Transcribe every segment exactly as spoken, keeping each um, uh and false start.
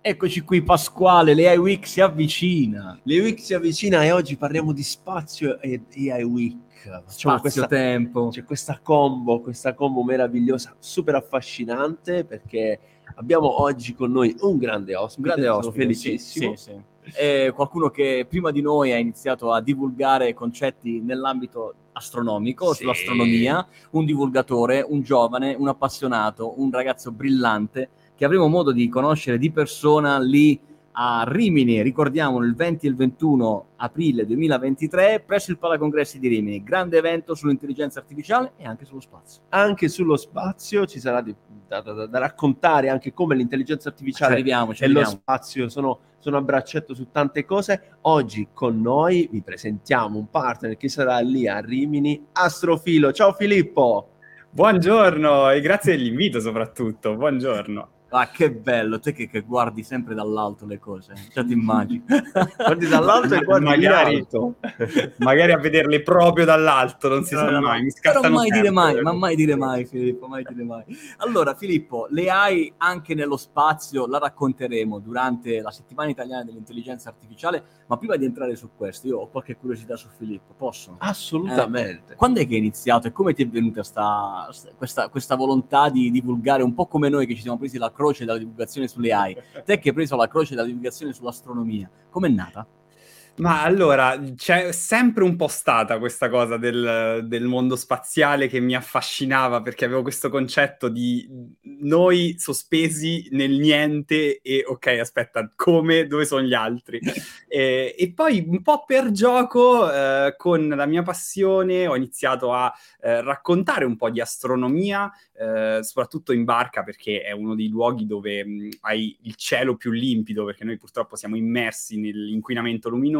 Eccoci qui Pasquale, l'A I Week si avvicina. L'A I Week si avvicina e oggi parliamo di spazio e A I Week. Facciamo questa tempo. C'è questa combo, questa combo meravigliosa, super affascinante, perché abbiamo oggi con noi un grande ospite. Un grande ospite, sono felicissimo. Sì, sì, sì. È qualcuno che prima di noi ha iniziato a divulgare concetti nell'ambito astronomico, Sì. sull'astronomia, un divulgatore, un giovane, un appassionato, un ragazzo brillante che avremo modo di conoscere di persona lì a Rimini, ricordiamolo, il venti e il ventuno aprile duemilaventitré presso il Palacongressi di Rimini. Grande evento sull'intelligenza artificiale e anche sullo spazio. Anche sullo spazio ci sarà di, da, da, da raccontare anche come l'intelligenza artificiale ci arriviamo, ci e arriviamo. lo spazio sono, sono a braccetto su tante cose. Oggi con noi vi presentiamo un partner che sarà lì a Rimini, Astrofilo. Ciao Filippo! Buongiorno e grazie dell'invito soprattutto, buongiorno. Ah, che bello, te che, che guardi sempre dall'alto le cose, già ti immagini. Guardi dall'alto e guardi magari, in alto. magari a vederle proprio dall'alto, non si no, sa no, mai. Mi però mai sempre, dire mai, ma mai dire mai Filippo, mai dire mai. Allora Filippo, l'A I anche nello spazio la racconteremo durante la settimana italiana dell'intelligenza artificiale, ma prima di entrare su questo io ho qualche curiosità su Filippo, posso? Assolutamente. Eh, quando è che hai iniziato e come ti è venuta sta, questa, questa volontà di divulgare un po' come noi che ci siamo presi la croce della divulgazione sulle A I, te che hai preso la croce della divulgazione sull'astronomia, com'è nata? Ma allora, c'è sempre un po' stata questa cosa del, del mondo spaziale che mi affascinava, perché avevo questo concetto di noi sospesi nel niente e ok, aspetta, come, dove sono gli altri? e, e poi un po' per gioco, eh, con la mia passione, ho iniziato a eh, raccontare un po' di astronomia, eh, soprattutto in barca, perché è uno dei luoghi dove mh, hai il cielo più limpido, perché noi purtroppo siamo immersi nell'inquinamento luminoso.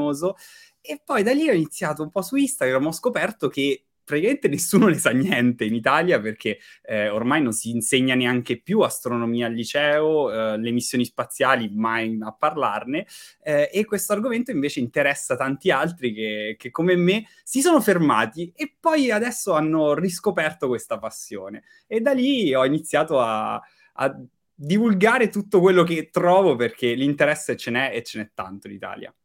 E poi da lì ho iniziato un po' su Instagram, ho scoperto che praticamente nessuno ne sa niente in Italia, perché eh, ormai non si insegna neanche più astronomia al liceo, eh, le missioni spaziali mai a parlarne, eh, e questo argomento invece interessa tanti altri che, che come me si sono fermati e poi adesso hanno riscoperto questa passione, e da lì ho iniziato a, a divulgare tutto quello che trovo, perché l'interesse ce n'è e ce n'è tanto in Italia.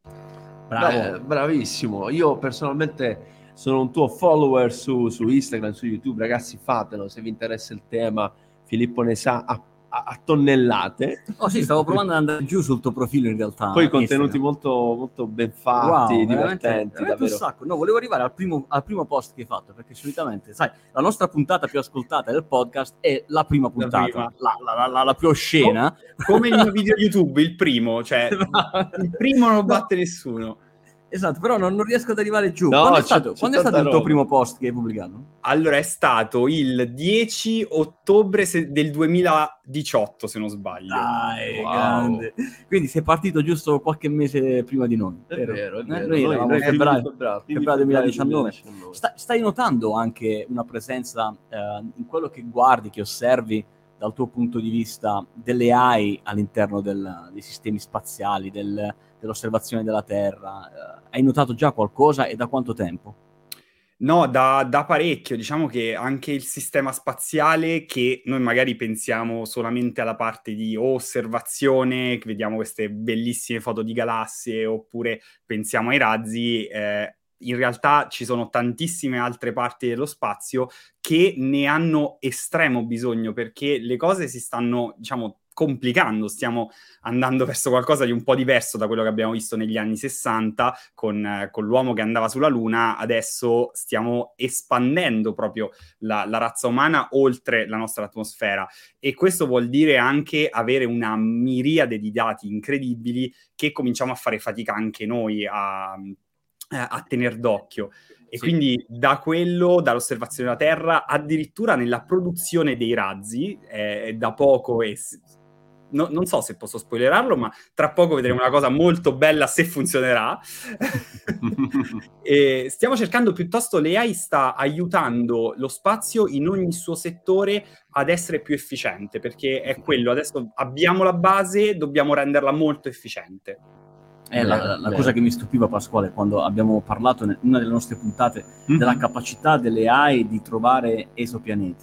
Bravo. Beh, bravissimo. Io personalmente sono un tuo follower su, su Instagram, su YouTube. Ragazzi, fatelo se vi interessa il tema. Filippo ne sa a, a, a tonnellate. Oh sì, stavo provando ad andare giù sul tuo profilo in realtà. Poi contenuti molto, molto ben fatti, wow, divertenti. Veramente, veramente un sacco. No, volevo arrivare al primo, al primo post che hai fatto, perché solitamente, sai, la nostra puntata più ascoltata del podcast è la prima puntata, la, prima. la, la, la, la più oscena. Come il mio video YouTube, il primo, cioè il primo non lo batte no. nessuno. Esatto, però non, non riesco ad arrivare giù. No, quando è c'è, stato, c'è quando è stato il tuo roba. primo post che hai pubblicato? Allora, è stato il dieci ottobre del duemiladiciotto, se non sbaglio. Dai, wow. grande. Quindi sei partito giusto qualche mese prima di noi. È vero, vero, è vero. Eh, noi noi, eravamo noi febbraio, febbraio, febbraio duemiladiciannove. Sta, stai notando anche una presenza eh, in quello che guardi, che osservi dal tuo punto di vista delle A I all'interno del, dei sistemi spaziali, del, dell'osservazione della Terra? Eh, hai notato già qualcosa e da quanto tempo? No, da, da parecchio. Diciamo che anche il sistema spaziale, che noi magari pensiamo solamente alla parte di osservazione, che vediamo queste bellissime foto di galassie, oppure pensiamo ai razzi, eh, in realtà ci sono tantissime altre parti dello spazio che ne hanno estremo bisogno, perché le cose si stanno, diciamo, complicando, stiamo andando verso qualcosa di un po' diverso da quello che abbiamo visto negli anni sessanta con, eh, con l'uomo che andava sulla Luna. Adesso stiamo espandendo proprio la, la razza umana oltre la nostra atmosfera, e questo vuol dire anche avere una miriade di dati incredibili che cominciamo a fare fatica anche noi a, a tener d'occhio. E sì. Quindi da quello, dall'osservazione della Terra, addirittura nella produzione dei razzi, eh, da poco e No, non so se posso spoilerarlo, ma tra poco vedremo una cosa molto bella, se funzionerà. E stiamo cercando piuttosto, l'A I sta aiutando lo spazio in ogni suo settore ad essere più efficiente, perché è quello, adesso abbiamo la base, dobbiamo renderla molto efficiente. È la, la, la cosa che mi stupiva, Pasquale, quando abbiamo parlato in una delle nostre puntate mm-hmm. della capacità delle A I di trovare esopianeti.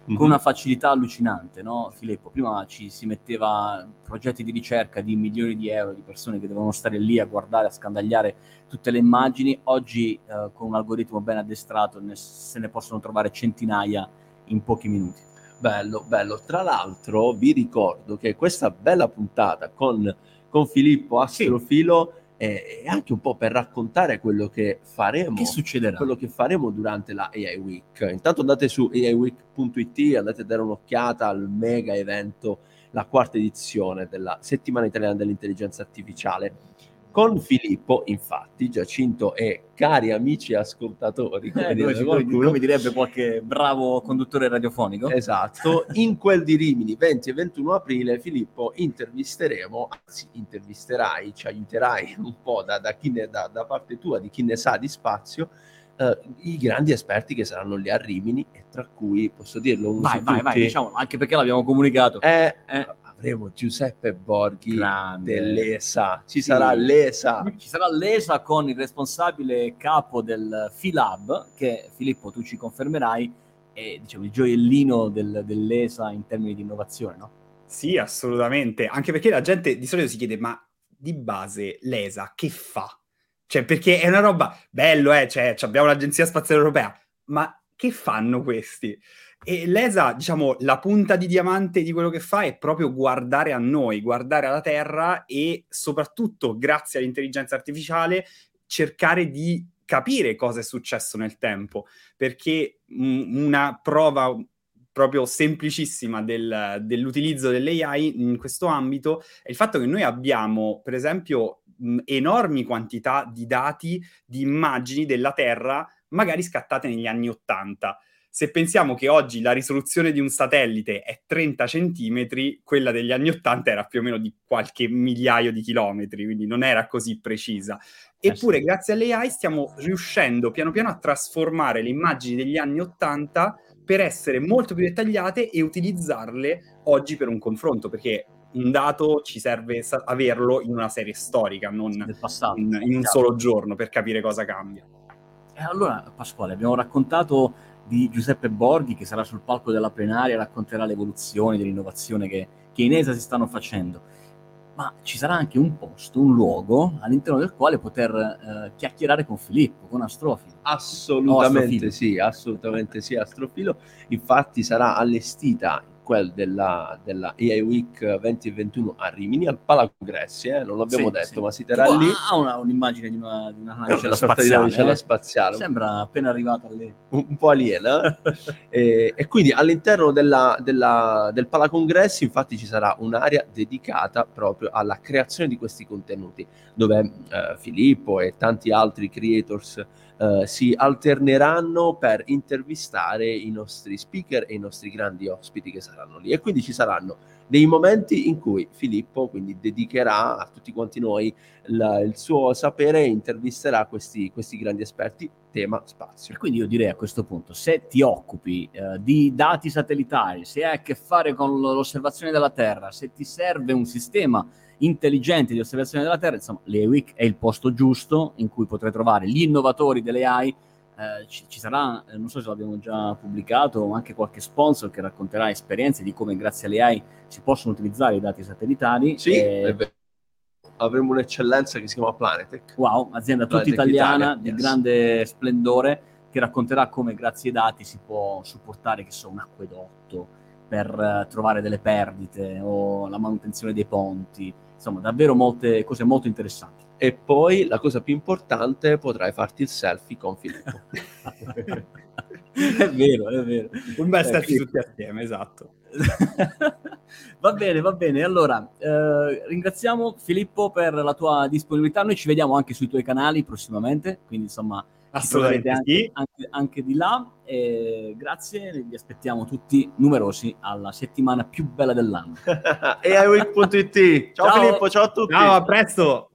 mm-hmm. con una facilità allucinante, no Filippo? Prima ci si metteva progetti di ricerca di milioni di euro, di persone che dovevano stare lì a guardare, a scandagliare tutte le immagini. Oggi eh, con un algoritmo ben addestrato ne, se ne possono trovare centinaia in pochi minuti. Bello, bello. Tra l'altro vi ricordo che questa bella puntata con, con Filippo Astrofilo sì. è, è anche un po' per raccontare quello che faremo, che succederà, quello che faremo durante la A I Week. Intanto andate su A I week punto it, andate a dare un'occhiata al mega evento, la quarta edizione della Settimana Italiana dell'Intelligenza Artificiale. Con Filippo, infatti, Giacinto e cari amici ascoltatori, come, eh, dire, come, come direbbe qualche bravo conduttore radiofonico. Esatto, in quel di Rimini, venti e ventuno aprile, Filippo, intervisteremo, anzi intervisterai, ci aiuterai un po' da, da, chi ne, da, da parte tua, di chi ne sa di spazio, eh, i grandi esperti che saranno lì a Rimini, e tra cui, posso dirlo, uno vai, su vai, tutti, vai, diciamo, anche perché l'abbiamo comunicato. Eh, eh. Avremo Giuseppe Borghi Grande. dell'E S A, ci sì. sarà l'E S A. Ci sarà l'E S A con il responsabile capo del Filab, che Filippo tu ci confermerai, è diciamo, il gioiellino del, dell'E S A in termini di innovazione, no? Sì, assolutamente, anche perché la gente di solito si chiede, ma di base l'E S A che fa? Cioè, perché è una roba, bello, eh, cioè, abbiamo l'Agenzia Spaziale Europea, ma che fanno questi? E l'E S A, diciamo, la punta di diamante di quello che fa è proprio guardare a noi, guardare alla Terra e soprattutto, grazie all'intelligenza artificiale, cercare di capire cosa è successo nel tempo. Perché mh, una prova proprio semplicissima del, dell'utilizzo dell'A I in questo ambito è il fatto che noi abbiamo, per esempio, mh, enormi quantità di dati, di immagini della Terra, magari scattate negli anni ottanta. Se pensiamo che oggi la risoluzione di un satellite è trenta centimetri, quella degli anni ottanta era più o meno di qualche migliaio di chilometri, quindi non era così precisa. Eppure, grazie all'A I, stiamo riuscendo piano piano a trasformare le immagini degli anni ottanta per essere molto più dettagliate e utilizzarle oggi per un confronto, perché un dato ci serve averlo in una serie storica, non del passato, in, in un solo giorno, per capire cosa cambia. E allora, Pasquale, abbiamo raccontato di Giuseppe Borghi, che sarà sul palco della plenaria, racconterà le evoluzioni dell'innovazione che, che in E S A si stanno facendo. Ma ci sarà anche un posto, un luogo, all'interno del quale poter eh, chiacchierare con Filippo, con Astrofilo. Assolutamente sì, assolutamente sì, Astrofilo. Infatti sarà allestita quel della, della A I Week venti e ventuno a Rimini, al Palacongressi, eh? non l'abbiamo sì, detto, sì. ma si terrà tipo lì. Ha una, un'immagine di una, di una navicella una spaziale. Di navicella eh? spaziale. Sembra appena arrivata lì. Un, un po' aliena. e, e quindi all'interno della, della, del Palacongressi, infatti, ci sarà un'area dedicata proprio alla creazione di questi contenuti, dove eh, Filippo e tanti altri creators Uh, si alterneranno per intervistare i nostri speaker e i nostri grandi ospiti che saranno lì, e quindi ci saranno dei momenti in cui Filippo quindi dedicherà a tutti quanti noi la, il suo sapere e intervisterà questi, questi grandi esperti, tema spazio. E quindi io direi a questo punto, se ti occupi uh, di dati satellitari, se hai a che fare con l'osservazione della Terra, se ti serve un sistema intelligente di osservazione della Terra, insomma, l'A I Week è il posto giusto in cui potrai trovare gli innovatori delle A I. Eh, ci, ci sarà, eh, non so se l'abbiamo già pubblicato, ma anche qualche sponsor che racconterà esperienze di come grazie alle A I si possono utilizzare i dati satellitari. Sì, e... è vero. Avremo un'eccellenza che si chiama Planetech. Wow, azienda tutta Planetech italiana, Italia, di yes. grande splendore, che racconterà come grazie ai dati si può supportare, che so, un acquedotto per uh, trovare delle perdite o la manutenzione dei ponti. Insomma, davvero molte cose molto interessanti. E poi, la cosa più importante, potrai farti il selfie con Filippo. È vero, è vero. Un bel selfie tutti assieme, esatto. Va bene, va bene. Allora, eh, ringraziamo Filippo per la tua disponibilità. Noi ci vediamo anche sui tuoi canali prossimamente, quindi insomma... Assolutamente anche, sì. anche, anche di là. E grazie, vi aspettiamo tutti numerosi alla settimana più bella dell'anno. A I week punto it. Ciao, ciao Filippo, ciao a tutti. Ciao, a presto.